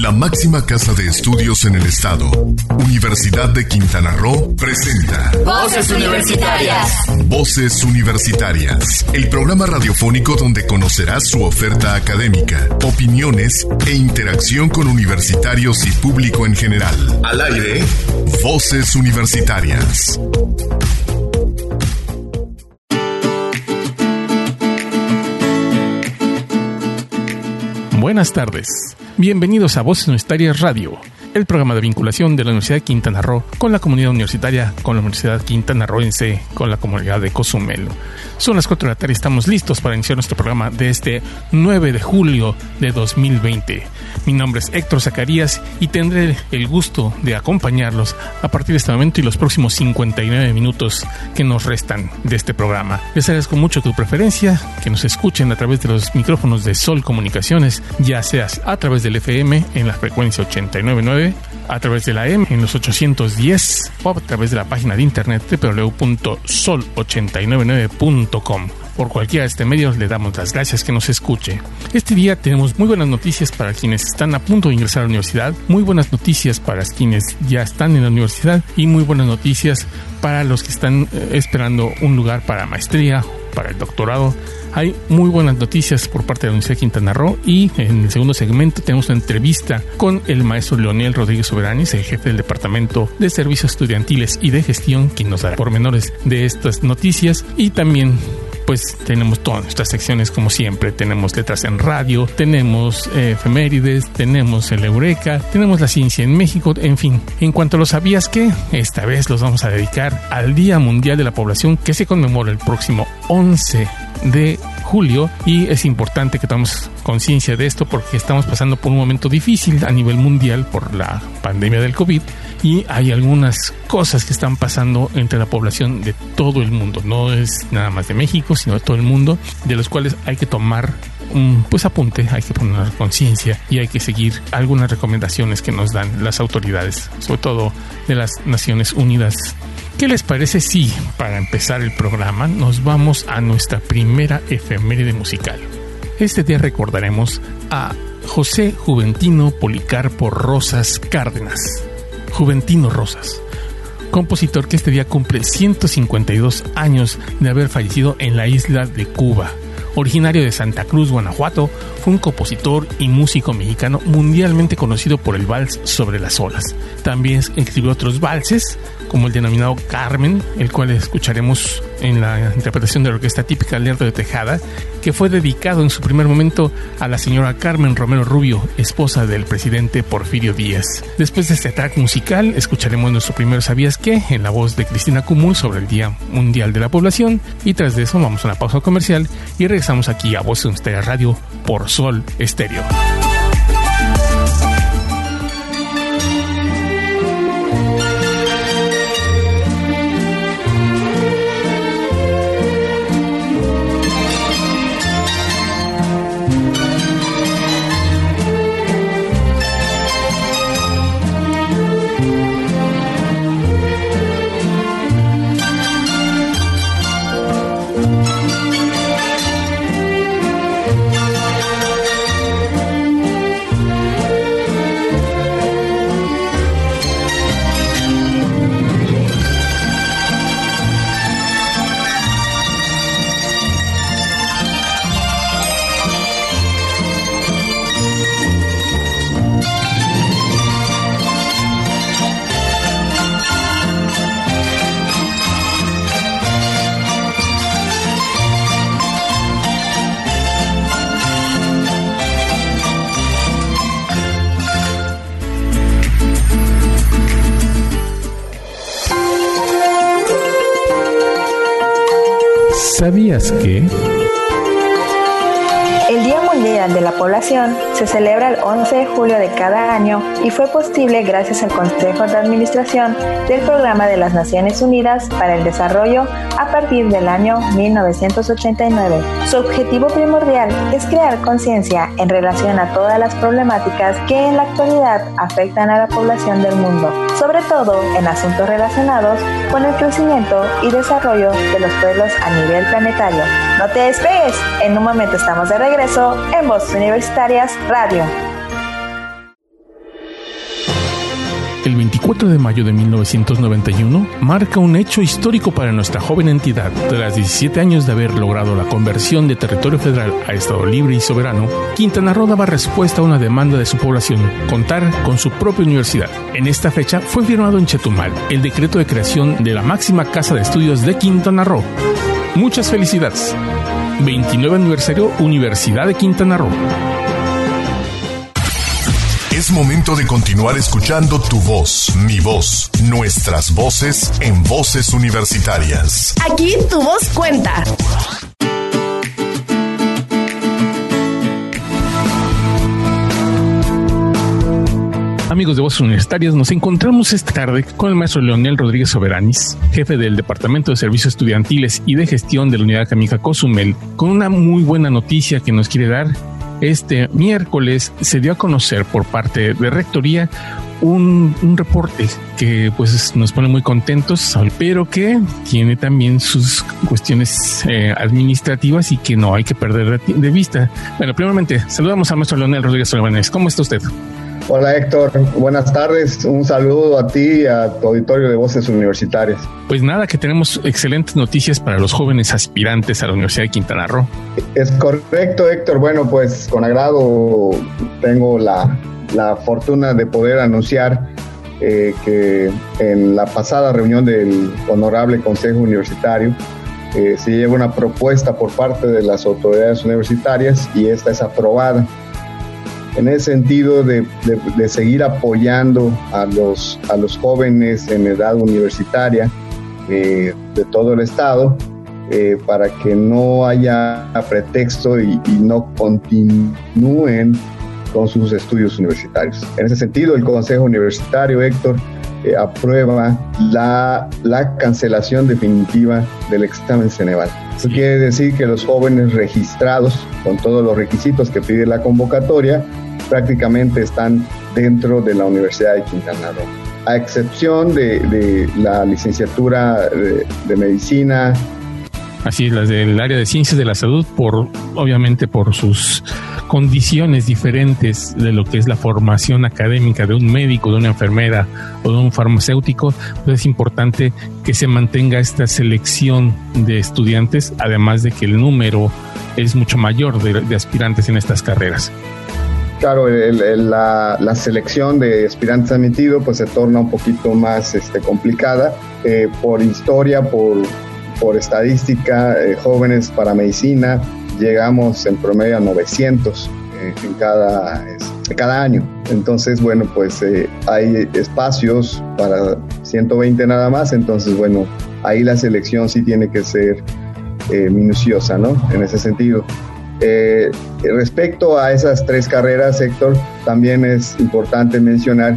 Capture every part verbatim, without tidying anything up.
La máxima casa de estudios en el estado, Universidad de Quintana Roo, presenta Voces Universitarias. Voces Universitarias, el programa radiofónico donde conocerás su oferta académica, opiniones e interacción con universitarios y público en general. Al aire, Voces Universitarias. Buenas tardes. Bienvenidos a Voces Universitarias Radio, el programa de vinculación de la Universidad de Quintana Roo con la comunidad universitaria, con la Universidad quintanarroense, con la comunidad de Cozumel. Son las cuatro de la tarde y estamos listos para iniciar nuestro programa de este nueve de julio de dos mil veinte. Mi nombre es Héctor Zacarías y tendré el gusto de acompañarlos a partir de este momento y los próximos cincuenta y nueve minutos que nos restan de este programa. Les agradezco mucho tu preferencia, que nos escuchen a través de los micrófonos de Sol Comunicaciones, ya seas a través del F M en la frecuencia ochenta y nueve punto nueve, a través de la A M en los ochocientos diez o a través de la página de internet doble u doble u doble u punto sol ochenta y nueve nueve punto com. Por cualquiera de este medio le damos las gracias que nos escuche. Este día tenemos muy buenas noticias para quienes están a punto de ingresar a la universidad, muy buenas noticias para quienes ya están en la universidad y muy buenas noticias para los que están eh, esperando un lugar para maestría, para el doctorado. Hay muy buenas noticias por parte de la Universidad de Quintana Roo y en el segundo segmento tenemos una entrevista con el maestro Leonel Rodríguez Soberanis, el jefe del Departamento de Servicios Estudiantiles y de Gestión, quien nos dará pormenores de estas noticias. Y también pues tenemos todas nuestras secciones como siempre. Tenemos letras en radio, tenemos eh, efemérides, tenemos el Eureka, tenemos la ciencia en México, en fin. En cuanto a los sabías que, esta vez los vamos a dedicar al Día Mundial de la Población, que se conmemora el próximo once de julio, y es importante que tomemos conciencia de esto porque estamos pasando por un momento difícil a nivel mundial por la pandemia del COVID y hay algunas cosas que están pasando entre la población de todo el mundo, no es nada más de México sino de todo el mundo, de los cuales hay que tomar un pues apunte, hay que poner conciencia y hay que seguir algunas recomendaciones que nos dan las autoridades, sobre todo de las Naciones Unidas. ¿Qué les parece si, para empezar el programa, nos vamos a nuestra primera efeméride musical? Este día recordaremos a José Juventino Policarpo Rosas Cárdenas. Juventino Rosas, compositor que este día cumple ciento cincuenta y dos años de haber fallecido en la isla de Cuba. Originario de Santa Cruz, Guanajuato, fue un compositor y músico mexicano mundialmente conocido por el vals Sobre las olas. También escribió otros valses, como el denominado Carmen, el cual escucharemos en la interpretación de la orquesta típica Lerdo de Tejada, que fue dedicado en su primer momento a la señora Carmen Romero Rubio, esposa del presidente Porfirio Díaz. Después de este track musical, escucharemos nuestro primer ¿Sabías qué? En la voz de Cristina Cumul sobre el Día Mundial de la Población, y tras de eso vamos a una pausa comercial y regresamos aquí a Voces Universitarias Radio por Sol Estéreo. ¿Sabías que? El Día Mundial de la Población se celebra el once de julio de cada año y fue posible gracias al Consejo de Administración del Programa de las Naciones Unidas para el Desarrollo a partir del año mil novecientos ochenta y nueve. Su objetivo primordial es crear conciencia en relación a todas las problemáticas que en la actualidad afectan a la población del mundo, sobre todo en asuntos relacionados con el crecimiento y desarrollo de los pueblos a nivel planetario. No te despegues, en un momento estamos de regreso en Voces Universitarias Radio. El veinticuatro de mayo de mil novecientos noventa y uno marca un hecho histórico para nuestra joven entidad. Tras diecisiete años de haber logrado la conversión de territorio federal a Estado libre y soberano, Quintana Roo daba respuesta a una demanda de su población, contar con su propia universidad. En esta fecha fue firmado en Chetumal el decreto de creación de la máxima casa de estudios de Quintana Roo. Muchas felicidades. veintinueve aniversario Universidad de Quintana Roo. Es momento de continuar escuchando tu voz, mi voz, nuestras voces en Voces Universitarias. Aquí tu voz cuenta. Amigos de Voces Universitarias, nos encontramos esta tarde con el maestro Leonel Rodríguez Soberanis, jefe del Departamento de Servicios Estudiantiles y de Gestión de la Unidad Académica Cozumel, con una muy buena noticia que nos quiere dar. Este miércoles se dio a conocer por parte de Rectoría un, un reporte que pues nos pone muy contentos, pero que tiene también sus cuestiones eh, administrativas y que no hay que perder de, de vista. Bueno, primeramente, saludamos al maestro Leonel Rodríguez Soberanis. ¿Cómo está usted? Hola Héctor, buenas tardes, un saludo a ti y a tu auditorio de Voces Universitarias. Pues nada, que tenemos excelentes noticias para los jóvenes aspirantes a la Universidad de Quintana Roo. Es correcto Héctor, bueno pues con agrado tengo la, la fortuna de poder anunciar eh, que en la pasada reunión del Honorable Consejo Universitario eh, se lleva una propuesta por parte de las autoridades universitarias y esta es aprobada. En el sentido de, de, de seguir apoyando a los, a los jóvenes en edad universitaria eh, de todo el estado eh, para que no haya pretexto y, y no continúen con sus estudios universitarios. En ese sentido, el Consejo Universitario, Héctor, eh, aprueba la, la cancelación definitiva del examen Ceneval. Eso quiere decir que los jóvenes registrados con todos los requisitos que pide la convocatoria prácticamente están dentro de la Universidad de Quintana Roo, a excepción de, de la licenciatura de, de medicina. Así es, las del área de ciencias de la salud, por obviamente por sus condiciones diferentes de lo que es la formación académica de un médico, de una enfermera o de un farmacéutico, pues es importante que se mantenga esta selección de estudiantes, además de que el número es mucho mayor de, de aspirantes en estas carreras. Claro, el, el, la, la selección de aspirantes admitidos pues se torna un poquito más este, complicada eh, por historia, por, por estadística, eh, jóvenes para medicina, llegamos en promedio a novecientos eh, en cada, este, cada año. Entonces, bueno, pues eh, hay espacios para ciento veinte nada más, entonces, bueno, ahí la selección sí tiene que ser eh, minuciosa, ¿no? En ese sentido. Eh, respecto a esas tres carreras, Héctor, también es importante mencionar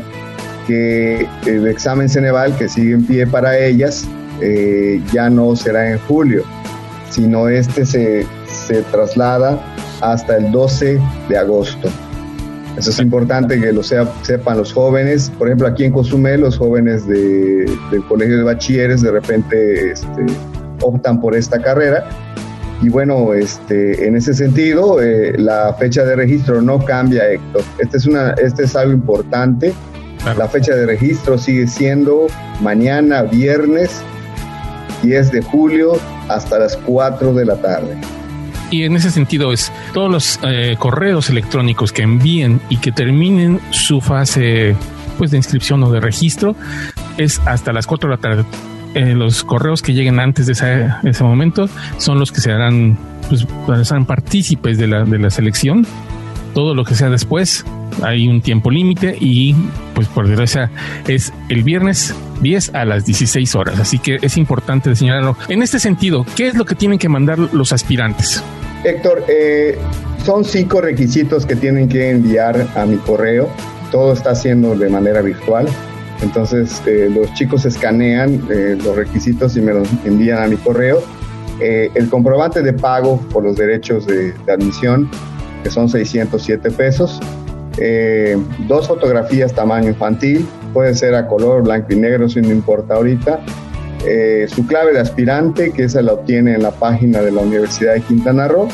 que el examen Ceneval que sigue en pie para ellas eh, ya no será en julio, sino este se, se traslada hasta el doce de agosto. Eso es importante que lo sea, sepan los jóvenes. Por ejemplo, aquí en Cozumel, los jóvenes de, del Colegio de Bachilleres de repente este, optan por esta carrera. Y bueno, este, en ese sentido, eh, la fecha de registro no cambia, Héctor. Este es, una, este es algo importante. Claro. La fecha de registro sigue siendo mañana, viernes, diez de julio, hasta las cuatro de la tarde. Y en ese sentido es todos los eh, correos electrónicos que envíen y que terminen su fase pues, de inscripción o de registro es hasta las cuatro de la tarde. Eh, los correos que lleguen antes de ese, ese momento son los que se harán, pues, serán partícipes de la, de la selección. Todo lo que sea después, hay un tiempo límite y, pues, por desgracia, es el viernes diez a las dieciséis horas. Así que es importante señalarlo. En este sentido, ¿qué es lo que tienen que mandar los aspirantes? Héctor, eh, son cinco requisitos que tienen que enviar a mi correo. Todo está haciendo de manera virtual. Entonces, eh, los chicos escanean eh, los requisitos y me los envían a mi correo. Eh, el comprobante de pago por los derechos de, de admisión, que son seiscientos siete pesos. Eh, dos fotografías tamaño infantil, puede ser a color, blanco y negro, si no importa ahorita. Eh, su clave de aspirante, que esa la obtiene en la página de la Universidad de Quintana Roo.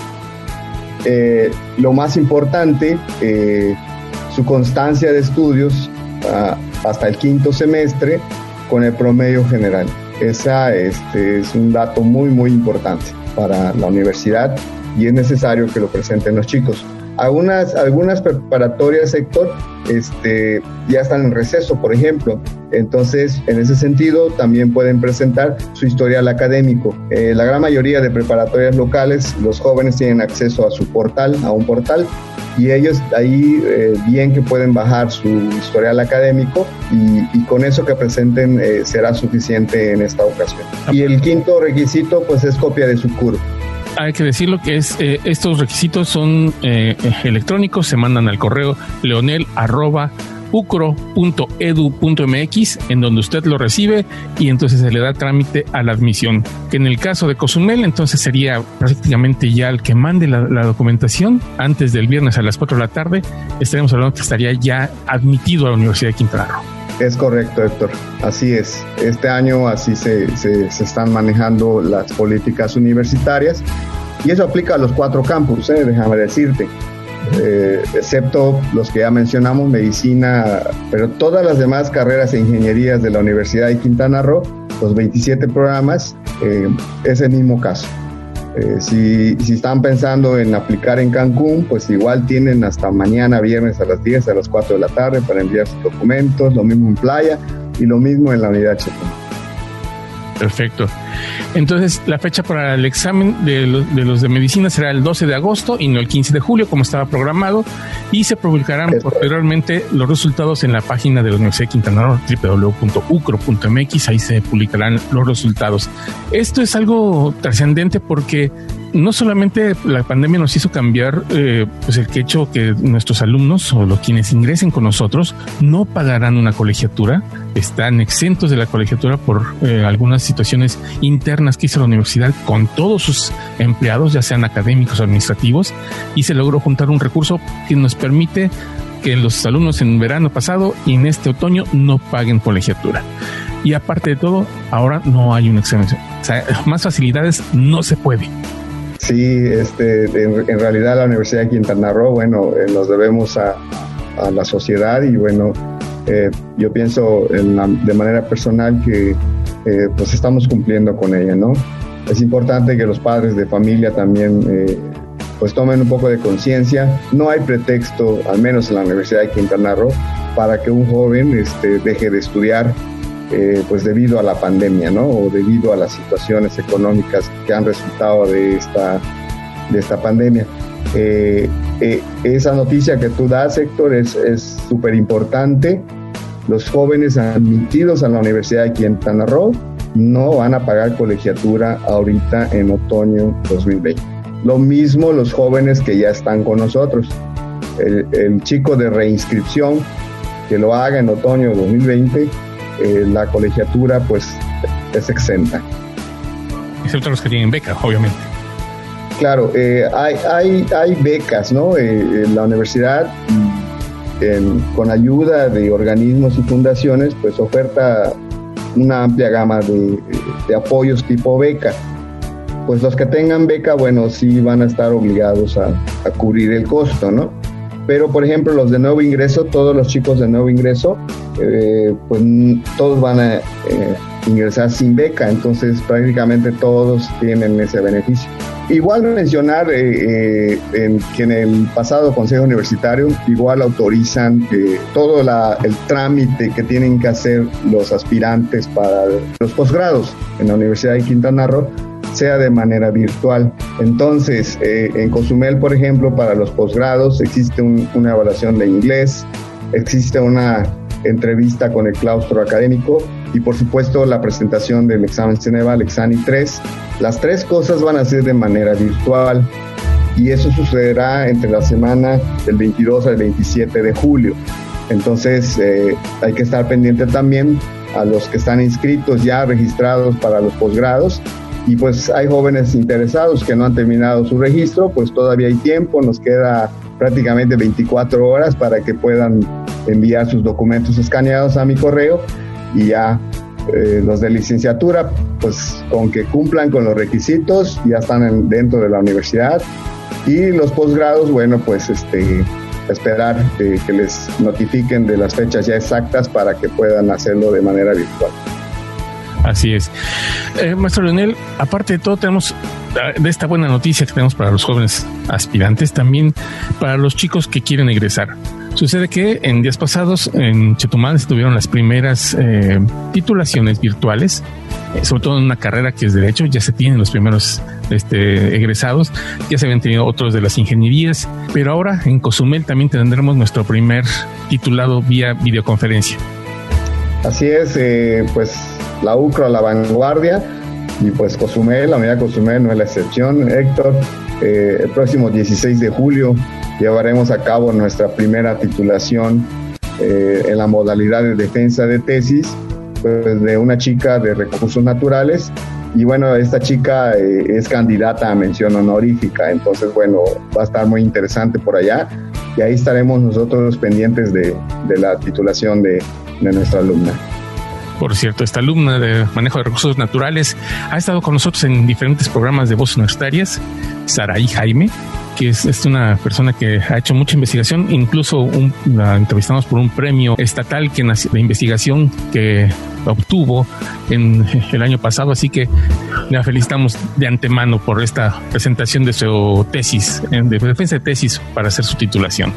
Eh, lo más importante, eh, su constancia de estudios uh, hasta el quinto semestre con el promedio general. Esa este, es un dato muy, muy importante para la universidad y es necesario que lo presenten los chicos. Algunas, algunas preparatorias, Héctor, este, ya están en receso, por ejemplo. Entonces, en ese sentido, también pueden presentar su historial académico. Eh, la gran mayoría de preparatorias locales, los jóvenes tienen acceso a su portal, a un portal, y ellos ahí eh, bien que pueden bajar su historial académico y, y con eso que presenten eh, será suficiente en esta ocasión. Y el quinto requisito, pues, es copia de su C U R. Hay que decirlo que es eh, estos requisitos son eh, electrónicos, se mandan al correo leonel arroba ucro punto edu punto mx, en donde usted lo recibe y entonces se le da trámite a la admisión, que en el caso de Cozumel entonces sería prácticamente ya el que mande la, la documentación antes del viernes a las cuatro de la tarde, estaremos hablando que estaría ya admitido a la Universidad de Quintana Roo. Es correcto, Héctor, así es. Este año así se, se, se están manejando las políticas universitarias y eso aplica a los cuatro campus, ¿eh? Déjame decirte, eh, excepto los que ya mencionamos, medicina, pero todas las demás carreras e ingenierías de la Universidad de Quintana Roo, los veintisiete programas, eh, es el mismo caso. Eh, si, si están pensando en aplicar en Cancún, pues igual tienen hasta mañana viernes a las diez, a las cuatro de la tarde para enviar sus documentos, lo mismo en Playa y lo mismo en la unidad Chetón. Perfecto. Entonces, la fecha para el examen de los, de los de medicina será el doce de agosto y no el quince de julio, como estaba programado, y se publicarán es posteriormente los resultados en la página de la Universidad de Quintana Roo, doble u doble u doble u punto ucro punto mx, ahí se publicarán los resultados. Esto es algo trascendente porque no solamente la pandemia nos hizo cambiar eh, pues el que hecho que nuestros alumnos o los quienes ingresen con nosotros no pagarán una colegiatura, están exentos de la colegiatura por eh, algunas situaciones internas que hizo la universidad con todos sus empleados, ya sean académicos o administrativos, y se logró juntar un recurso que nos permite que los alumnos en verano pasado y en este otoño no paguen colegiatura. Y aparte de todo, ahora no hay un examen. O sea, más facilidades no se puede. Sí, este, en, en realidad la Universidad de Quintana Roo, bueno, eh, nos debemos a, a la sociedad y bueno, eh, yo pienso en la, de manera personal que eh, pues estamos cumpliendo con ella, ¿no? Es importante que los padres de familia también eh, pues tomen un poco de conciencia. No hay pretexto, al menos en la Universidad de Quintana Roo, para que un joven este, deje de estudiar Eh, pues debido a la pandemia, ¿no? O debido a las situaciones económicas que han resultado de esta, de esta pandemia. Eh, eh, esa noticia que tú das, Héctor, es súper importante. Los jóvenes admitidos a la Universidad de Quintana Roo no van a pagar colegiatura ahorita en otoño dos mil veinte. Lo mismo los jóvenes que ya están con nosotros. El, el chico de reinscripción que lo haga en otoño dos mil veinte, Eh, la colegiatura pues es exenta. Excepto los que tienen beca, obviamente. Claro, eh, hay, hay, hay becas, ¿no? Eh, la universidad, en, con ayuda de organismos y fundaciones, pues oferta una amplia gama de, de apoyos tipo beca. Pues los que tengan beca, bueno, sí van a estar obligados a, a cubrir el costo, ¿no? Pero, por ejemplo, los de nuevo ingreso, todos los chicos de nuevo ingreso, eh, pues todos van a eh, ingresar sin beca, entonces prácticamente todos tienen ese beneficio. Igual mencionar eh, eh, en, que en el pasado Consejo Universitario igual autorizan eh, todo la, el trámite que tienen que hacer los aspirantes para los posgrados en la Universidad de Quintana Roo sea de manera virtual. Entonces, eh, en Cozumel, por ejemplo, para los posgrados existe un, una evaluación de inglés, existe una entrevista con el claustro académico y, por supuesto, la presentación del examen Ceneval, Exani tres. Las tres cosas van a ser de manera virtual y eso sucederá entre la semana del veintidós al veintisiete de julio. Entonces, eh, hay que estar pendiente también a los que están inscritos ya registrados para los posgrados. Y pues hay jóvenes interesados que no han terminado su registro, pues todavía hay tiempo, nos queda prácticamente veinticuatro horas para que puedan enviar sus documentos escaneados a mi correo y ya eh, los de licenciatura, pues con que cumplan con los requisitos, ya están en, dentro de la universidad y los posgrados, bueno, pues este esperar eh, que les notifiquen de las fechas ya exactas para que puedan hacerlo de manera virtual. Así es. Eh, maestro Leonel, aparte de todo, tenemos de esta buena noticia que tenemos para los jóvenes aspirantes, también para los chicos que quieren egresar. Sucede que en días pasados en Chetumal se tuvieron las primeras eh, titulaciones virtuales, eh, sobre todo en una carrera que es Derecho. Ya se tienen los primeros este, egresados, ya se habían tenido otros de las ingenierías, pero ahora en Cozumel también tendremos nuestro primer titulado vía videoconferencia. Así es, eh, pues la U C R A, la vanguardia, y pues Cozumel, la unidad Cozumel no es la excepción. Héctor, eh, el próximo dieciséis de julio llevaremos a cabo nuestra primera titulación eh, en la modalidad de defensa de tesis, pues, de una chica de recursos naturales. Y bueno, esta chica eh, es candidata a mención honorífica, entonces bueno, va a estar muy interesante por allá, y ahí estaremos nosotros pendientes de, de la titulación de, de nuestra alumna. Por cierto, esta alumna de manejo de recursos naturales ha estado con nosotros en diferentes programas de voces universitarias, Saraí Jaime, que es, es una persona que ha hecho mucha investigación, incluso un, la entrevistamos por un premio estatal que, de investigación que obtuvo en el año pasado, así que la felicitamos de antemano por esta presentación de su tesis, de defensa de tesis para hacer su titulación.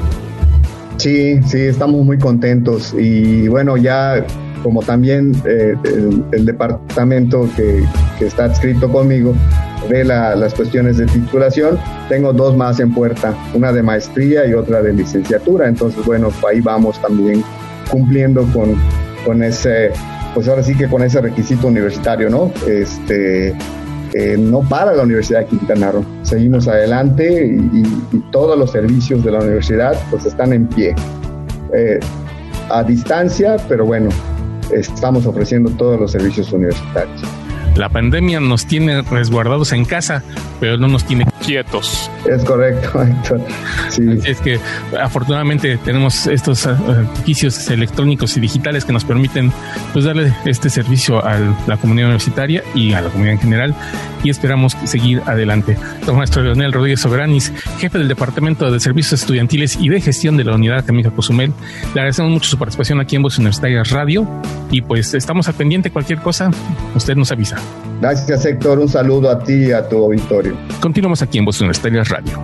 Sí, sí, estamos muy contentos, y bueno, ya como también eh, el, el departamento que, que está adscrito conmigo ve la, las cuestiones de titulación, tengo dos más en puerta, una de maestría y otra de licenciatura. Entonces bueno, ahí vamos también cumpliendo con, con ese, pues ahora sí que con ese requisito universitario, ¿no? Este, eh, no para la Universidad de Quintana Roo, seguimos adelante, y, y todos los servicios de la universidad pues están en pie, eh, a distancia, pero bueno, estamos ofreciendo todos los servicios universitarios. La pandemia nos tiene resguardados en casa, pero no nos tiene quietos. Es correcto, Héctor. Sí. Es que afortunadamente tenemos estos servicios electrónicos y digitales que nos permiten pues darle este servicio a la comunidad universitaria y a la comunidad en general, y esperamos seguir adelante. Don Maestro Leonel Rodríguez Soberanis, jefe del Departamento de Servicios Estudiantiles y de Gestión de la Unidad Académica Cozumel, le agradecemos mucho su participación aquí en Voces Universitarias Radio, y pues estamos al pendiente. Cualquier cosa, usted nos avisa. Gracias, Héctor. Un saludo a ti y a tu auditorio. Continuamos aquí en Voces Universitarias Radio.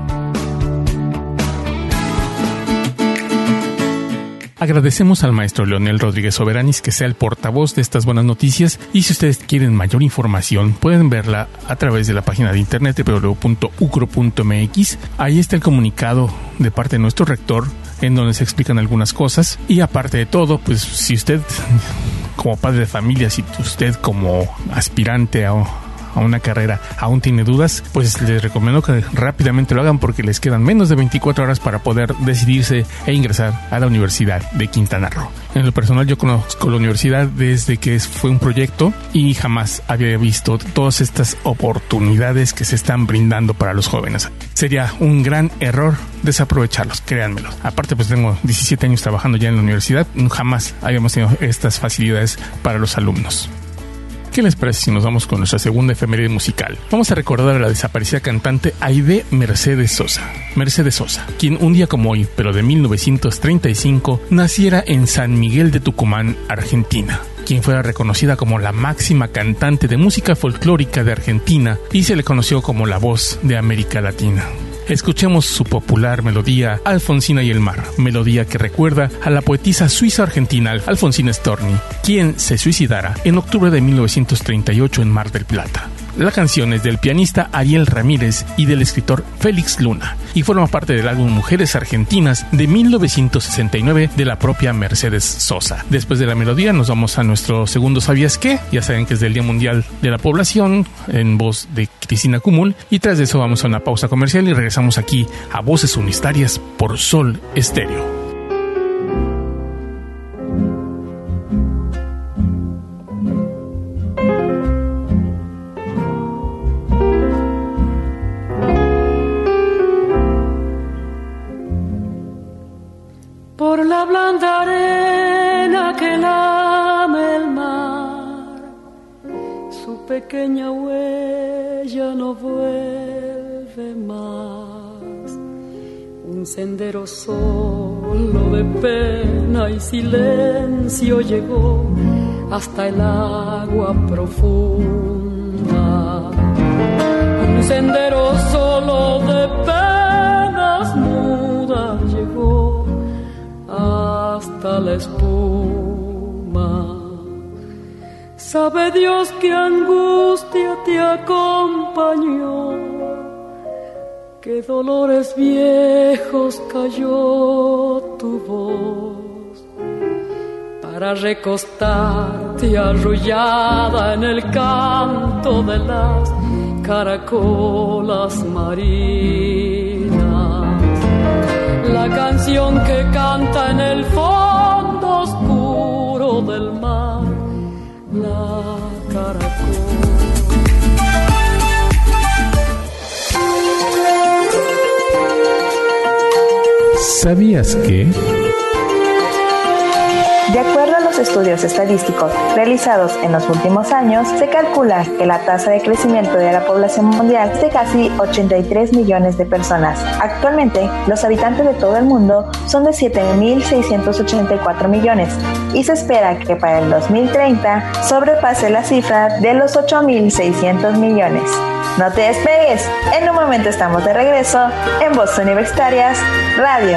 Agradecemos al maestro Leonel Rodríguez Soberanis que sea el portavoz de estas buenas noticias, y si ustedes quieren mayor información pueden verla a través de la página de internet doble u doble u doble u punto u c r o punto m x. Ahí está el comunicado de parte de nuestro rector en donde se explican algunas cosas, y aparte de todo, pues si usted como padre de familia, si usted como aspirante a a una carrera aún tiene dudas, pues les recomiendo que rápidamente lo hagan, porque les quedan menos de veinticuatro horas para poder decidirse e ingresar a la Universidad de Quintana Roo. En lo personal, yo conozco la universidad desde que fue un proyecto y jamás había visto todas estas oportunidades que se están brindando para los jóvenes. Sería un gran error desaprovecharlos, créanmelo. Aparte, pues tengo diecisiete años trabajando ya en la universidad, jamás habíamos tenido estas facilidades para los alumnos. ¿Qué les parece si nos vamos con nuestra segunda efeméride musical? Vamos a recordar a la desaparecida cantante Aide Mercedes Sosa. Mercedes Sosa, quien un día como hoy, pero de mil novecientos treinta y cinco, naciera en San Miguel de Tucumán, Argentina, quien fuera reconocida como la máxima cantante de música folclórica de Argentina y se le conoció como la voz de América Latina. Escuchemos su popular melodía Alfonsina y el mar, melodía que recuerda a la poetisa suizo-argentina Alfonsina Storni, quien se suicidara en octubre de mil novecientos treinta y ocho en Mar del Plata. La canción es del pianista Ariel Ramírez y del escritor Félix Luna, y forma parte del álbum Mujeres Argentinas de mil novecientos sesenta y nueve de la propia Mercedes Sosa. Después de la melodía nos vamos a nuestro segundo ¿Sabías qué? Ya saben que es del Día Mundial de la Población, en voz de Cristina Cumul, y tras de eso vamos a una pausa comercial y regresamos aquí a Voces Universitarias por Sol Estéreo. Por la blanda arena que lame el mar, su pequeña huella no vuelve más. Un sendero solo de pena y silencio llegó hasta el agua profunda. Un sendero solo de penas mudas llegó hasta la espuma. Sabe Dios qué angustia te acompañó, qué dolores viejos cayó tu voz, para recostarte arrullada en el canto de las caracolas marinas. La canción que canta en el fondo oscuro del mar, la caracola. ¿Sabías que? De acuerdo a los estudios estadísticos realizados en los últimos años, se calcula que la tasa de crecimiento de la población mundial es de casi ochenta y tres millones de personas. Actualmente, los habitantes de todo el mundo son de siete mil seiscientos ochenta y cuatro millones y se espera que para el dos mil treinta sobrepase la cifra de los ocho mil seiscientos millones. No te despegues, en un momento estamos de regreso en Voces Universitarias Radio.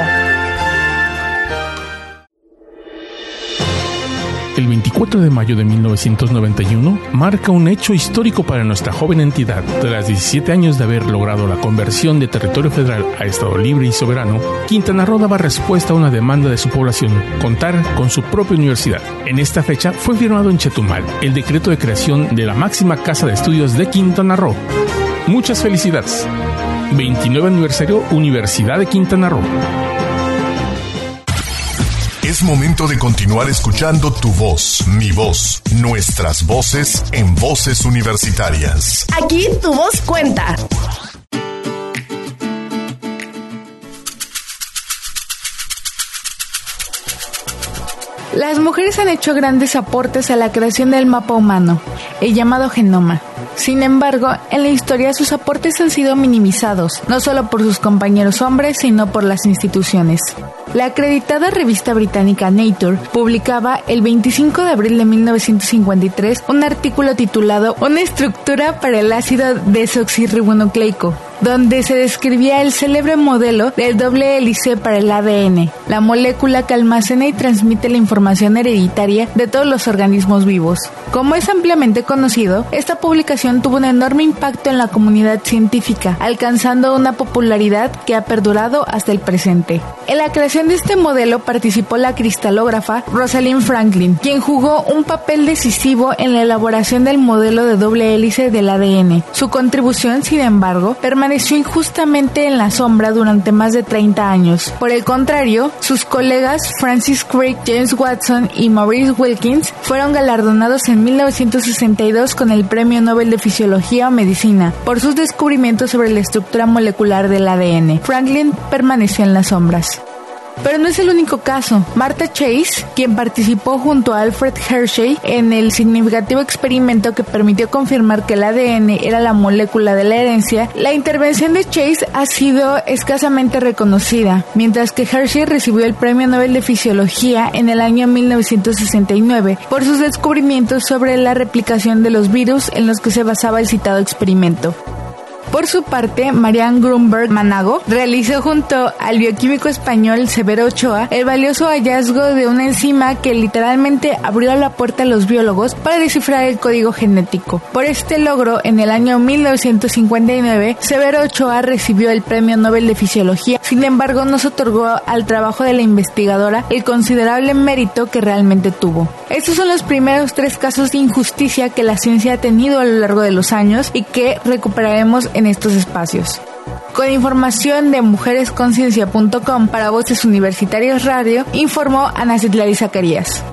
El veinticuatro de mayo de mil novecientos noventa y uno marca un hecho histórico para nuestra joven entidad. Tras diecisiete años de haber logrado la conversión de territorio federal a Estado libre y soberano, Quintana Roo daba respuesta a una demanda de su población, contar con su propia universidad. En esta fecha fue firmado en Chetumal el decreto de creación de la máxima casa de estudios de Quintana Roo. Muchas felicidades. veintinueve aniversario Universidad de Quintana Roo. Es momento de continuar escuchando tu voz, mi voz, nuestras voces en Voces Universitarias. Aquí tu voz cuenta. Las mujeres han hecho grandes aportes a la creación del mapa humano, el llamado genoma. Sin embargo, en la historia sus aportes han sido minimizados, no solo por sus compañeros hombres, sino por las instituciones. La acreditada revista británica Nature publicaba el veinticinco de abril de mil novecientos cincuenta y tres un artículo titulado Una estructura para el ácido desoxirribonucleico, donde se describía el célebre modelo del doble hélice para el A D N, la molécula que almacena y transmite la información hereditaria de todos los organismos vivos. Como es ampliamente conocido, esta publicación tuvo un enorme impacto en la comunidad científica, alcanzando una popularidad que ha perdurado hasta el presente. En la creación de este modelo participó la cristalógrafa Rosalind Franklin, quien jugó un papel decisivo en la elaboración del modelo de doble hélice del A D N. Su contribución, sin embargo, permaneció injustamente en la sombra durante más de treinta años. Por el contrario, sus colegas Francis Crick, James Watson y Maurice Wilkins fueron galardonados en mil novecientos sesenta y dos con el Premio Nobel de Fisiología o Medicina por sus descubrimientos sobre la estructura molecular del A D N. Franklin permaneció en las sombras. Pero no es el único caso. Martha Chase, quien participó junto a Alfred Hershey en el significativo experimento que permitió confirmar que el A D N era la molécula de la herencia, la intervención de Chase ha sido escasamente reconocida, mientras que Hershey recibió el Premio Nobel de Fisiología en el año mil novecientos sesenta y nueve por sus descubrimientos sobre la replicación de los virus en los que se basaba el citado experimento. Por su parte, Marianne Grunberg Manago realizó junto al bioquímico español Severo Ochoa el valioso hallazgo de una enzima que literalmente abrió la puerta a los biólogos para descifrar el código genético. Por este logro, en el año mil novecientos cincuenta y nueve, Severo Ochoa recibió el Premio Nobel de Fisiología. Sin embargo, no se otorgó al trabajo de la investigadora el considerable mérito que realmente tuvo. Estos son los primeros tres casos de injusticia que la ciencia ha tenido a lo largo de los años y que recuperaremos en estos espacios. Con información de mujeres conciencia punto com para Voces Universitarias Radio, informó Ana Citlali Zacarías.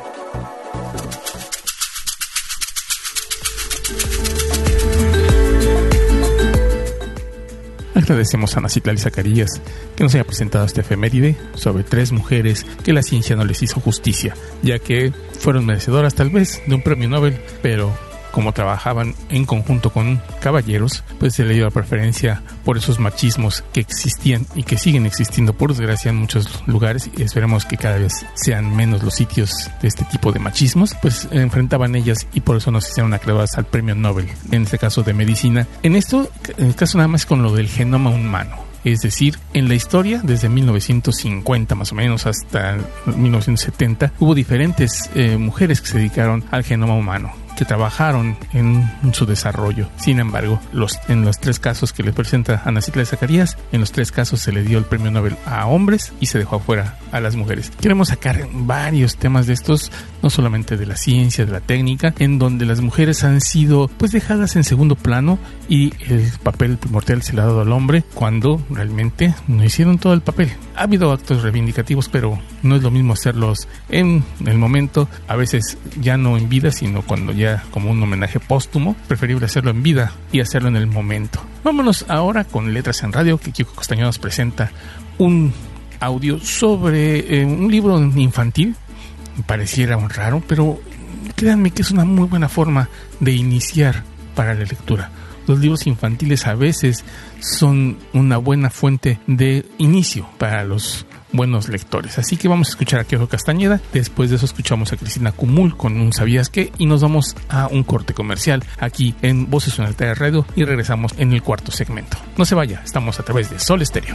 Agradecemos a Ana Citlali Zacarías que nos haya presentado esta efeméride sobre tres mujeres que la ciencia no les hizo justicia, ya que fueron merecedoras tal vez de un premio Nobel, pero como trabajaban en conjunto con caballeros, pues se le dio la preferencia por esos machismos que existían y que siguen existiendo por desgracia en muchos lugares, y esperemos que cada vez sean menos los sitios de este tipo de machismos. Pues enfrentaban ellas y por eso nos hicieron acreedores al premio Nobel, en este caso de medicina. En esto, en el caso nada más con lo del genoma humano. Es decir, en la historia, desde mil novecientos cincuenta más o menos hasta mil novecientos setenta, hubo diferentes eh, mujeres que se dedicaron al genoma humano, que trabajaron en su desarrollo. Sin embargo, los, en los tres casos que le presenta Ana Citla de Zacarías, en los tres casos se le dio el premio Nobel a hombres y se dejó afuera a las mujeres. Queremos sacar varios temas de estos, no solamente de la ciencia, de la técnica, en donde las mujeres han sido pues dejadas en segundo plano y el papel primordial se le ha dado al hombre cuando realmente no hicieron todo el papel. Ha habido actos reivindicativos, pero no es lo mismo hacerlos en el momento, a veces ya no en vida, sino cuando ya como un homenaje póstumo. Preferible hacerlo en vida y hacerlo en el momento. Vámonos ahora con Letras en Radio, que Kiko Castañeda nos presenta un audio sobre eh, un libro infantil. Me pareciera un raro, pero créanme que es una muy buena forma de iniciar para la lectura. Los libros infantiles a veces son una buena fuente de inicio para los buenos lectores. Así que vamos a escuchar a Kiko Castañeda. Después de eso escuchamos a Cristina Cumul con un ¿Sabías qué? Y nos vamos a un corte comercial aquí en Voces Universitarias Radio y regresamos en el cuarto segmento. No se vaya, estamos a través de Sol Estéreo.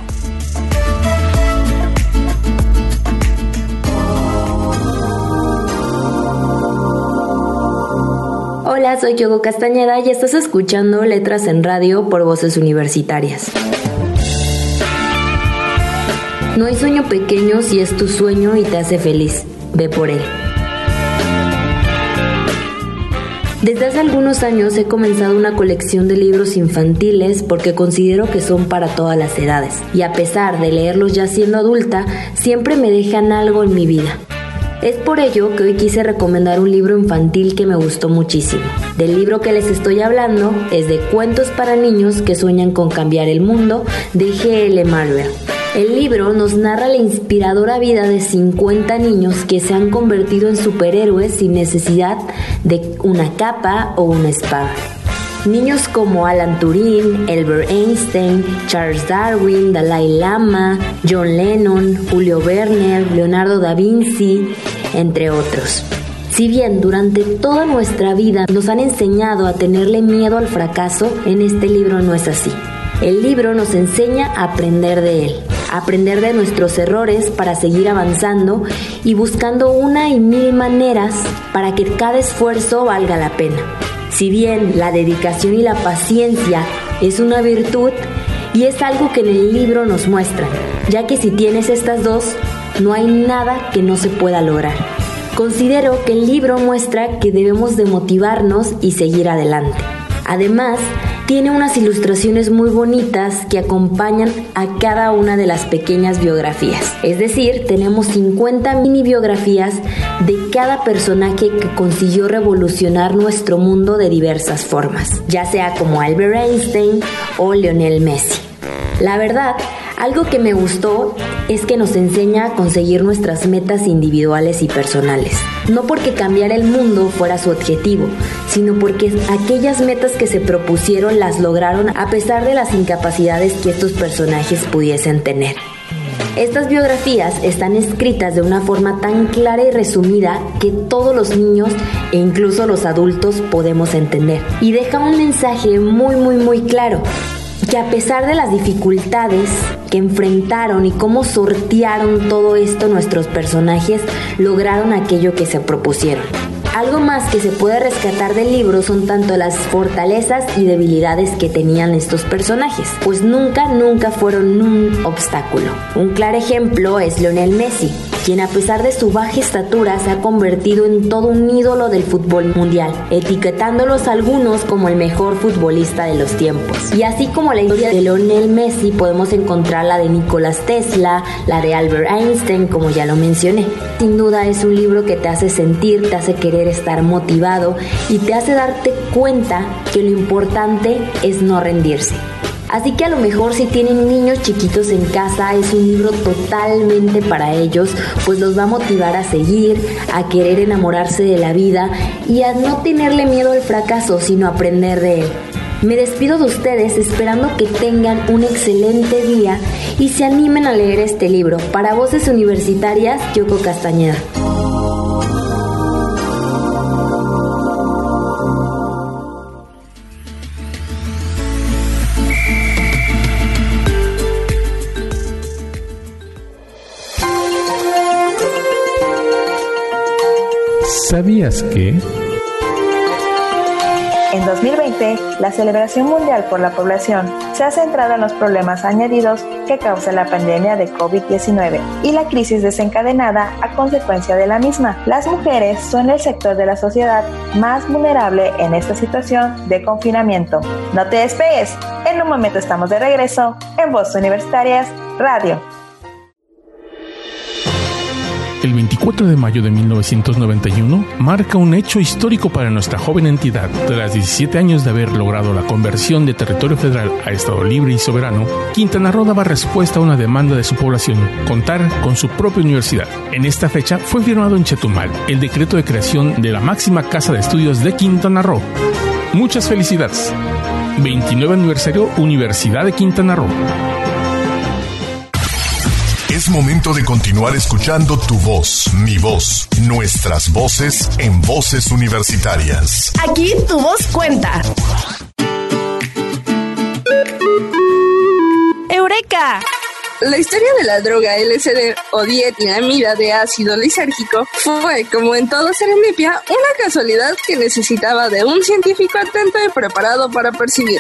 Hola, soy Kiko Castañeda y estás escuchando Letras en Radio por Voces Universitarias. No hay sueño pequeño si es tu sueño y te hace feliz. Ve por él. Desde hace algunos años he comenzado una colección de libros infantiles porque considero que son para todas las edades. Y a pesar de leerlos ya siendo adulta, siempre me dejan algo en mi vida. Es por ello que hoy quise recomendar un libro infantil que me gustó muchísimo. Del libro que les estoy hablando es de Cuentos para niños que sueñan con cambiar el mundo, de G L Marvel. El libro nos narra la inspiradora vida de cincuenta niños que se han convertido en superhéroes sin necesidad de una capa o una espada. Niños como Alan Turing, Albert Einstein, Charles Darwin, Dalai Lama, John Lennon, Julio Verne, Leonardo da Vinci, entre otros. Si bien durante toda nuestra vida nos han enseñado a tenerle miedo al fracaso, en este libro no es así. El libro nos enseña a aprender de él, a aprender de nuestros errores para seguir avanzando y buscando una y mil maneras para que cada esfuerzo valga la pena. Si bien la dedicación y la paciencia es una virtud y es algo que en el libro nos muestran, ya que si tienes estas dos, no hay nada que no se pueda lograr. Considero que el libro muestra que debemos de motivarnos y seguir adelante. Además, tiene unas ilustraciones muy bonitas que acompañan a cada una de las pequeñas biografías. Es decir, tenemos cincuenta mini biografías de cada personaje que consiguió revolucionar nuestro mundo de diversas formas, ya sea como Albert Einstein o Lionel Messi. La verdad, algo que me gustó es que nos enseña a conseguir nuestras metas individuales y personales. No porque cambiar el mundo fuera su objetivo, sino porque aquellas metas que se propusieron las lograron a pesar de las incapacidades que estos personajes pudiesen tener. Estas biografías están escritas de una forma tan clara y resumida que todos los niños e incluso los adultos podemos entender. Y deja un mensaje muy muy muy claro, que a pesar de las dificultades que enfrentaron y cómo sortearon todo esto, nuestros personajes lograron aquello que se propusieron. Algo más que se puede rescatar del libro son tanto las fortalezas y debilidades que tenían estos personajes, pues nunca, nunca fueron un obstáculo. Un claro ejemplo es Lionel Messi, quien a pesar de su baja estatura se ha convertido en todo un ídolo del fútbol mundial, etiquetándolos a algunos como el mejor futbolista de los tiempos. Y así como la historia de Lionel Messi, podemos encontrar la de Nikola Tesla, la de Albert Einstein, como ya lo mencioné. Sin duda es un libro que te hace sentir, te hace querer estar motivado y te hace darte cuenta que lo importante es no rendirse. Así que a lo mejor si tienen niños chiquitos en casa es un libro totalmente para ellos, pues los va a motivar a seguir, a querer enamorarse de la vida y a no tenerle miedo al fracaso, sino aprender de él. Me despido de ustedes esperando que tengan un excelente día y se animen a leer este libro. Para Voces Universitarias, Yoko Castañeda. ¿Sabías que? En dos mil veinte, la celebración mundial por la población se ha centrado en los problemas añadidos que causa la pandemia de covid diecinueve y la crisis desencadenada a consecuencia de la misma. Las mujeres son el sector de la sociedad más vulnerable en esta situación de confinamiento. No te despegues, en un momento estamos de regreso en Voces Universitarias Radio. El veinticuatro de mayo de mil novecientos noventa y uno marca un hecho histórico para nuestra joven entidad. Tras diecisiete años de haber logrado la conversión de territorio federal a Estado libre y soberano, Quintana Roo daba respuesta a una demanda de su población, contar con su propia universidad. En esta fecha fue firmado en Chetumal el decreto de creación de la máxima casa de estudios de Quintana Roo. Muchas felicidades. veintinueve aniversario Universidad de Quintana Roo. Es momento de continuar escuchando tu voz, mi voz, nuestras voces en Voces Universitarias. Aquí tu voz cuenta. ¡Eureka! La historia de la droga L S D o dietilamida de ácido lisérgico fue, como en toda serendipia, una casualidad que necesitaba de un científico atento y preparado para percibir.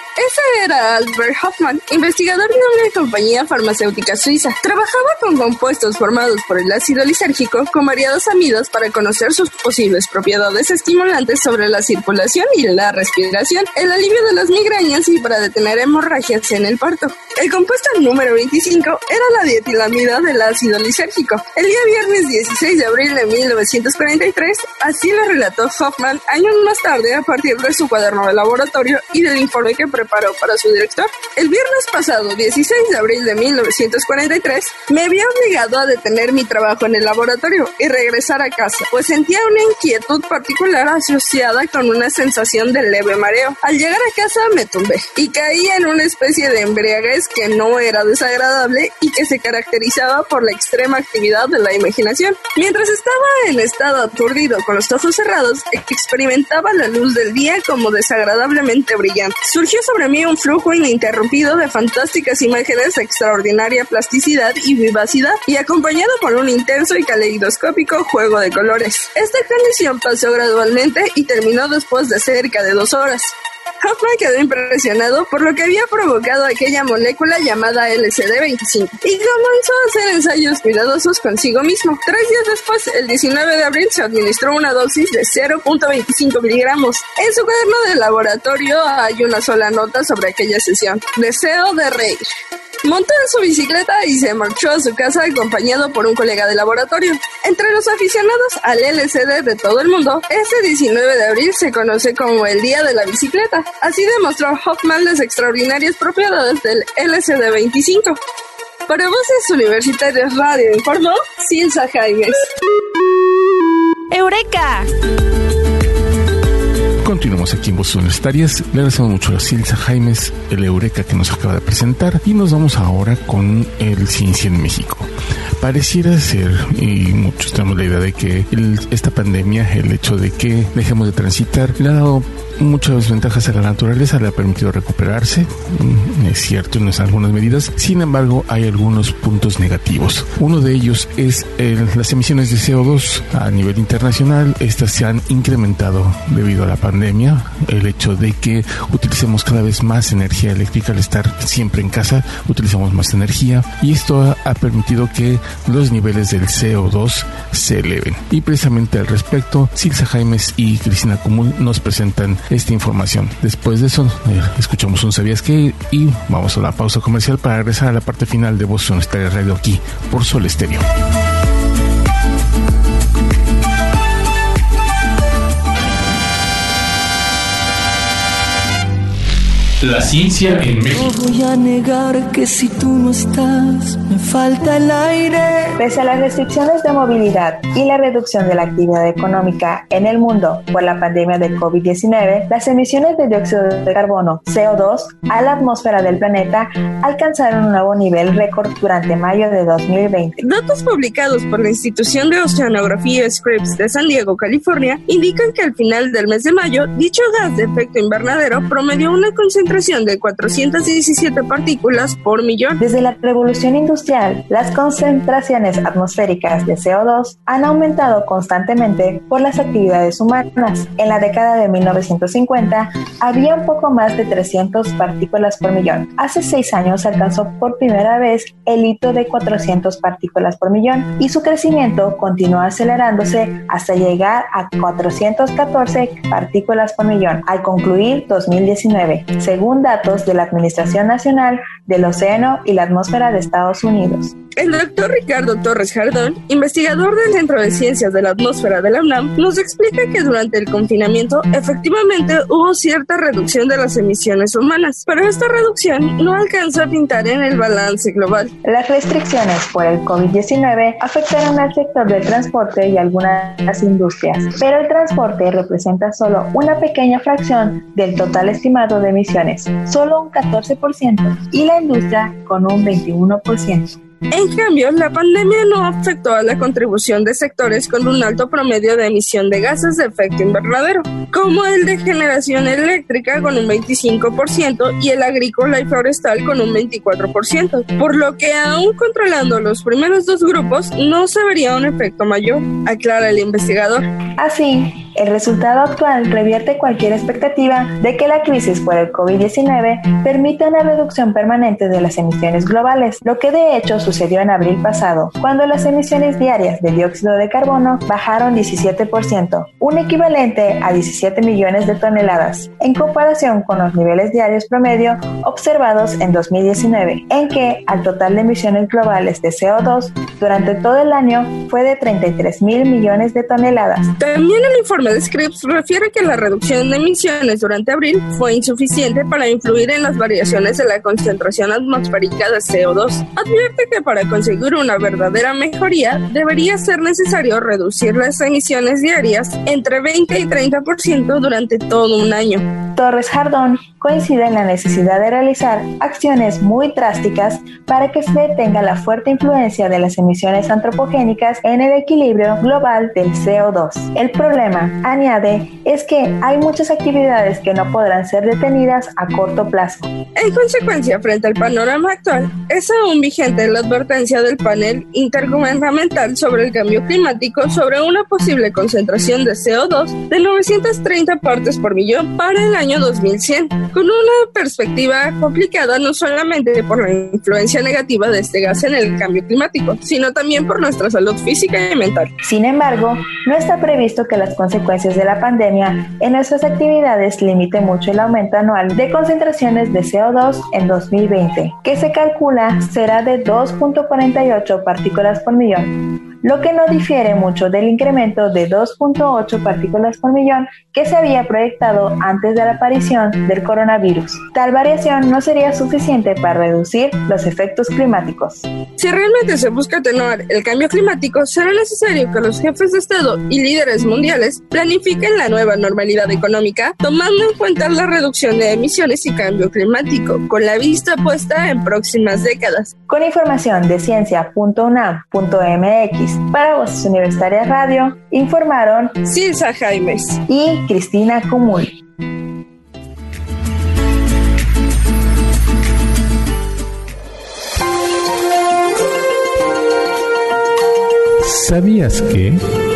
Ese era Albert Hofmann, investigador de una compañía farmacéutica suiza. Trabajaba con compuestos formados por el ácido lisérgico con variados amidos para conocer sus posibles propiedades estimulantes sobre la circulación y la respiración, el alivio de las migrañas y para detener hemorragias en el parto. El compuesto número veinticinco era la dietilamida del ácido lisérgico. El día viernes dieciséis de abril de mil novecientos cuarenta y tres, así lo relató Hofmann años más tarde a partir de su cuaderno de laboratorio y del informe que preparó para su director. El viernes pasado, dieciséis de abril de mil novecientos cuarenta y tres, me había obligado a detener mi trabajo en el laboratorio y regresar a casa, pues sentía una inquietud particular asociada con una sensación de leve mareo. Al llegar a casa me tumbé y caí en una especie de embriaguez que no era desagradable y que se caracterizaba por la extrema actividad de la imaginación. Mientras estaba en estado aturdido con los ojos cerrados, experimentaba la luz del día como desagradablemente brillante. Surgió sobre mí un flujo ininterrumpido de fantásticas imágenes de extraordinaria plasticidad y vivacidad y acompañado por un intenso y caleidoscópico juego de colores. Esta condición pasó gradualmente y terminó después de cerca de dos horas. Hofmann quedó impresionado por lo que había provocado aquella molécula llamada L S D veinticinco y comenzó a hacer ensayos cuidadosos consigo mismo. Tres días después, el diecinueve de abril, se administró una dosis de cero punto veinticinco miligramos. En su cuaderno de laboratorio hay una sola nota sobre aquella sesión: deseo de reír. Montó en su bicicleta y se marchó a su casa acompañado por un colega de laboratorio. Entre los aficionados al L S D de todo el mundo, este diecinueve de abril se conoce como el Día de la Bicicleta. Así demostró Hofmann las extraordinarias propiedades del L S D veinticinco. Para Voces Universitarias Radio informó Silsa Jaimes. ¡Eureka! Continuamos aquí en Voces Universitarias. Le agradecemos mucho a Silsa Jaimes el Eureka que nos acaba de presentar y nos vamos ahora con el Ciencia en México. Pareciera ser, y muchos tenemos la idea de que el, esta pandemia, el hecho de que dejemos de transitar, le ha dado muchas ventajas a la naturaleza, le ha permitido recuperarse, es cierto, en algunas medidas. Sin embargo, hay algunos puntos negativos. Uno de ellos es el, las emisiones de C O dos a nivel internacional. Estas se han incrementado debido a la pandemia. El hecho de que utilicemos cada vez más energía eléctrica al estar siempre en casa, utilizamos más energía y esto ha, ha permitido que los niveles del C O dos se eleven. Y precisamente al respecto, Silsa Jaimes y Cristina Cumul nos presentan esta información. Después de eso, eh, escuchamos un ¿Sabías qué? Y vamos a la pausa comercial para regresar a la parte final de Voces Universitarias Radio aquí por Sol Estéreo. La ciencia en México. No voy a negar que si tú no estás, me falta el aire. Pese a las restricciones de movilidad y la reducción de la actividad económica en el mundo por la pandemia de covid diecinueve, las emisiones de dióxido de carbono, C O dos, a la atmósfera del planeta alcanzaron un nuevo nivel récord durante mayo de dos mil veinte. Datos publicados por la Institución de Oceanografía Scripps de San Diego, California, indican que al final del mes de mayo, dicho gas de efecto invernadero promedió una concentración de cuatrocientas diecisiete partículas por millón. Desde la revolución industrial, las concentraciones atmosféricas de C O dos han aumentado constantemente por las actividades humanas. En la década de mil novecientos cincuenta había un poco más de trescientas partículas por millón. Hace seis años alcanzó por primera vez el hito de cuatrocientas partículas por millón y su crecimiento continuó acelerándose hasta llegar a cuatrocientas catorce partículas por millón al concluir dos mil diecinueve. Según datos de la Administración Nacional del Océano y la Atmósfera de Estados Unidos. El doctor Ricardo Torres Jardón, investigador del Centro de Ciencias de la Atmósfera de la UNAM, nos explica que durante el confinamiento efectivamente hubo cierta reducción de las emisiones humanas, pero esta reducción no alcanza a pintar en el balance global. Las restricciones por el covid diecinueve afectaron al sector del transporte y algunas industrias, pero el transporte representa solo una pequeña fracción del total estimado de emisiones, solo un catorce por ciento, y la industria con un veintiuno por ciento. En cambio, la pandemia no afectó a la contribución de sectores con un alto promedio de emisión de gases de efecto invernadero, como el de generación eléctrica con un veinticinco por ciento y el agrícola y forestal con un veinticuatro por ciento, por lo que aún controlando los primeros dos grupos no se vería un efecto mayor, aclara el investigador. Así, el resultado actual revierte cualquier expectativa de que la crisis por el covid diecinueve permita una reducción permanente de las emisiones globales, lo que de hecho sucedió en abril pasado, cuando las emisiones diarias de dióxido de carbono bajaron diecisiete por ciento, un equivalente a diecisiete millones de toneladas, en comparación con los niveles diarios promedio observados en dos mil diecinueve, en que el total de emisiones globales de C O dos durante todo el año fue de treinta y tres mil millones de toneladas. También el informe de Scripps refiere que la reducción de emisiones durante abril fue insuficiente para influir en las variaciones de la concentración atmosférica de C O dos. Advierte que para conseguir una verdadera mejoría debería ser necesario reducir las emisiones diarias entre veinte y treinta por ciento durante todo un año. Torres Jardón coincide en la necesidad de realizar acciones muy drásticas para que se detenga la fuerte influencia de las emisiones antropogénicas en el equilibrio global del C O dos. El problema, añade, es que hay muchas actividades que no podrán ser detenidas a corto plazo. En consecuencia, frente al panorama actual, es aún vigente la advertencia del panel intergubernamental sobre el cambio climático sobre una posible concentración de C O dos de novecientas treinta partes por millón para el año dos mil cien, con una perspectiva complicada no solamente por la influencia negativa de este gas en el cambio climático, sino también por nuestra salud física y mental. Sin embargo, no está previsto que las consecuencias de la pandemia en nuestras actividades limiten mucho el aumento anual de concentraciones de C O dos en dos mil veinte, que se calcula será de dos punto cuarenta y ocho partículas por millón, lo que no difiere mucho del incremento de dos punto ocho partículas por millón que se había proyectado antes de la aparición del coronavirus. Tal variación no sería suficiente para reducir los efectos climáticos. Si realmente se busca atenuar el cambio climático, será necesario que los jefes de Estado y líderes mundiales planifiquen la nueva normalidad económica, tomando en cuenta la reducción de emisiones y cambio climático, con la vista puesta en próximas décadas. Con información de ciencia punto unam punto m x para Voces Universitarias Radio, informaron Silsa Jaimes y Cristina Cumul. ¿Sabías que?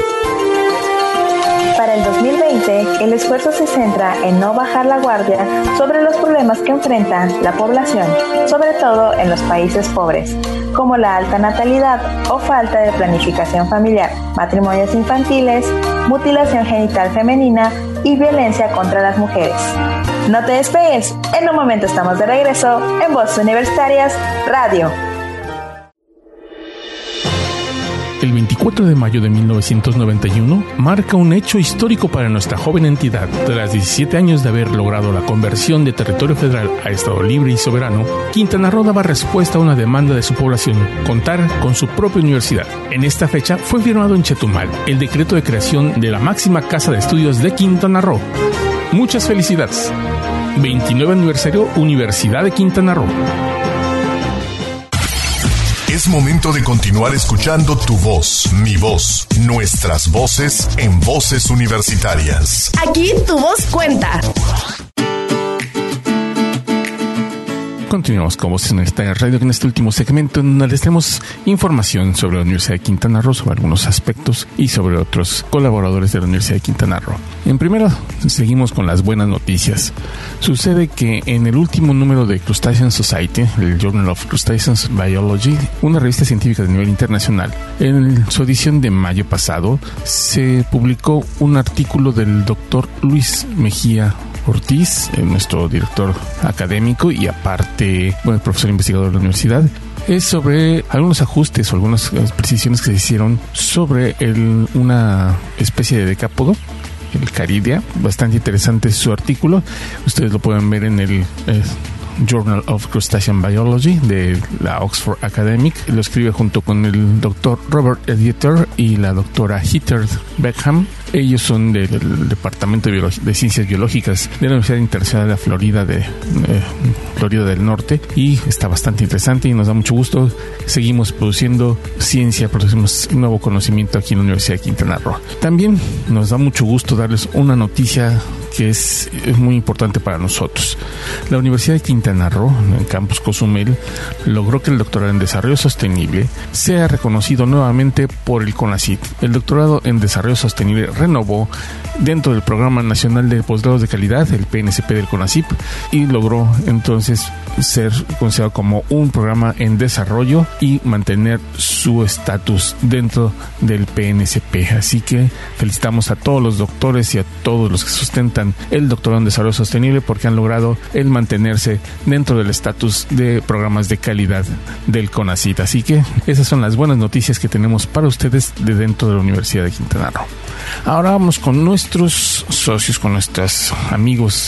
Para el dos mil veinte, el esfuerzo se centra en no bajar la guardia sobre los problemas que enfrenta la población, sobre todo en los países pobres, como la alta natalidad o falta de planificación familiar, matrimonios infantiles, mutilación genital femenina y violencia contra las mujeres. No te despegues, en un momento estamos de regreso en Voces Universitarias Radio. El veinticuatro de mayo de mil novecientos noventa y uno marca un hecho histórico para nuestra joven entidad. Tras diecisiete años de haber logrado la conversión de territorio federal a Estado libre y soberano, Quintana Roo daba respuesta a una demanda de su población, contar con su propia universidad. En esta fecha fue firmado en Chetumal el decreto de creación de la máxima casa de estudios de Quintana Roo. Muchas felicidades. veintinueve aniversario Universidad de Quintana Roo. Es momento de continuar escuchando tu voz, mi voz, nuestras voces en Voces Universitarias. Aquí tu voz cuenta. Continuamos con Voces Universitarias Radio en este último segmento, en donde les tenemos información sobre la Universidad de Quintana Roo, sobre algunos aspectos y sobre otros colaboradores de la Universidad de Quintana Roo. En primero, seguimos con las buenas noticias. Sucede que en el último número de Crustacean Society, el Journal of Crustacean Biology, una revista científica de nivel internacional, en su edición de mayo pasado, se publicó un artículo del doctor Luis Mejía Ortiz, nuestro director académico y aparte, bueno, profesor investigador de la universidad. Es sobre algunos ajustes o algunas precisiones que se hicieron sobre el, una especie de decápodo, el Caridia. Bastante interesante su artículo. Ustedes lo pueden ver en el eh, Journal of Crustacean Biology de la Oxford Academic. Lo escribe junto con el doctor Robert Edieter y la doctora Heather Beckham. Ellos son del Departamento de, Biolog- de Ciencias Biológicas de la Universidad Internacional de Florida de eh, Florida del Norte, y está bastante interesante y nos da mucho gusto. Seguimos produciendo ciencia, producimos nuevo conocimiento aquí en la Universidad de Quintana Roo. También nos da mucho gusto darles una noticia que es, es muy importante para nosotros. La Universidad de Quintana Roo, en el campus Cozumel, logró que el doctorado en Desarrollo Sostenible sea reconocido nuevamente por el CONACYT. El doctorado en Desarrollo Sostenible renovó dentro del Programa Nacional de Posgrados de Calidad, el P N S P del CONACYT, y logró entonces ser considerado como un programa en desarrollo y mantener su estatus dentro del P N S P. Así que felicitamos a todos los doctores y a todos los que sustentan el doctorado en Desarrollo Sostenible porque han logrado el mantenerse dentro del estatus de programas de calidad del CONACYT. Así que esas son las buenas noticias que tenemos para ustedes de dentro de la Universidad de Quintana Roo. Ahora vamos con nuestros socios, con nuestros amigos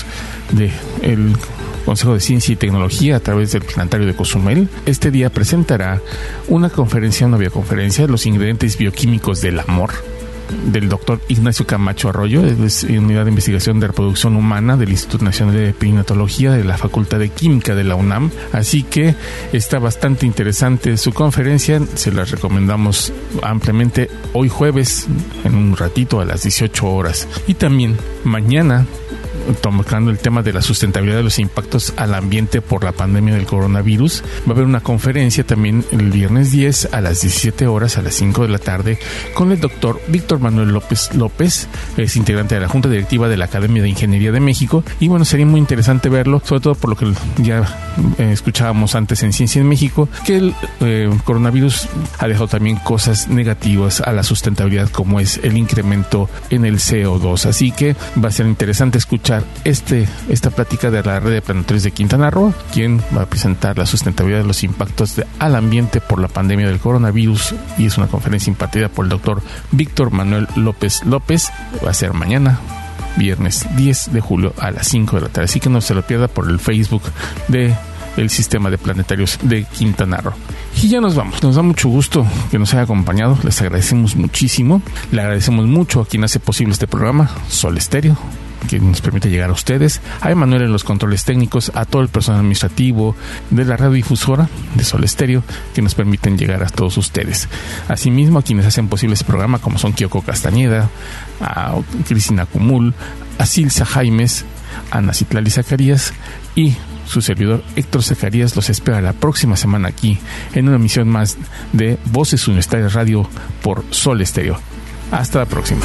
del Consejo de Ciencia y Tecnología a través del Planetario de Cozumel. Este día presentará una conferencia, una videoconferencia, los ingredientes bioquímicos del amor, del doctor Ignacio Camacho Arroyo, es Unidad de Investigación de Reproducción Humana del Instituto Nacional de Perinatología de la Facultad de Química de la UNAM. Así que está bastante interesante su conferencia, se las recomendamos ampliamente hoy jueves, en un ratito a las dieciocho horas. Y también mañana, tocando el tema de la sustentabilidad de los impactos al ambiente por la pandemia del coronavirus, va a haber una conferencia también el viernes diez a las diecisiete horas, a las cinco de la tarde, con el doctor Víctor Manuel López López, es integrante de la Junta Directiva de la Academia de Ingeniería de México, y bueno, sería muy interesante verlo, sobre todo por lo que ya eh, escuchábamos antes en Ciencia en México, que el eh, coronavirus ha dejado también cosas negativas a la sustentabilidad, como es el incremento en el C O dos, así que va a ser interesante escuchar Este, esta plática de la red de planetorios de Quintana Roo, quien va a presentar la sustentabilidad de los impactos de, al ambiente por la pandemia del coronavirus, y es una conferencia impartida por el doctor Víctor Manuel López López. Va a ser mañana, viernes diez de julio a las cinco de la tarde, así que no se lo pierda por el Facebook de el Sistema de Planetarios de Quintana Roo. Y ya nos vamos. Nos da mucho gusto que nos haya acompañado. Les agradecemos muchísimo. Le agradecemos mucho a quien hace posible este programa, Sol Estéreo, que nos permite llegar a ustedes, a Emanuel en los controles técnicos, a todo el personal administrativo de la radiodifusora de Sol Estéreo, que nos permiten llegar a todos ustedes. Asimismo, a quienes hacen posible este programa, como son Kyoko Castañeda, a Cristina Cumul, a Silsa Jaimes, a Ana Citlali Zacarías y su servidor Héctor Zacarías. Los espera la próxima semana aquí en una emisión más de Voces Universitarias Radio por Sol Estéreo. Hasta la próxima.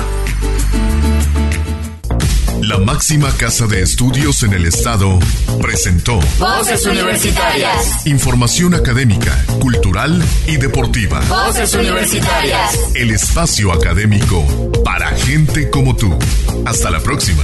La máxima casa de estudios en el estado presentó Voces Universitarias. Información académica, cultural y deportiva. Voces Universitarias. El espacio académico para gente como tú. Hasta la próxima.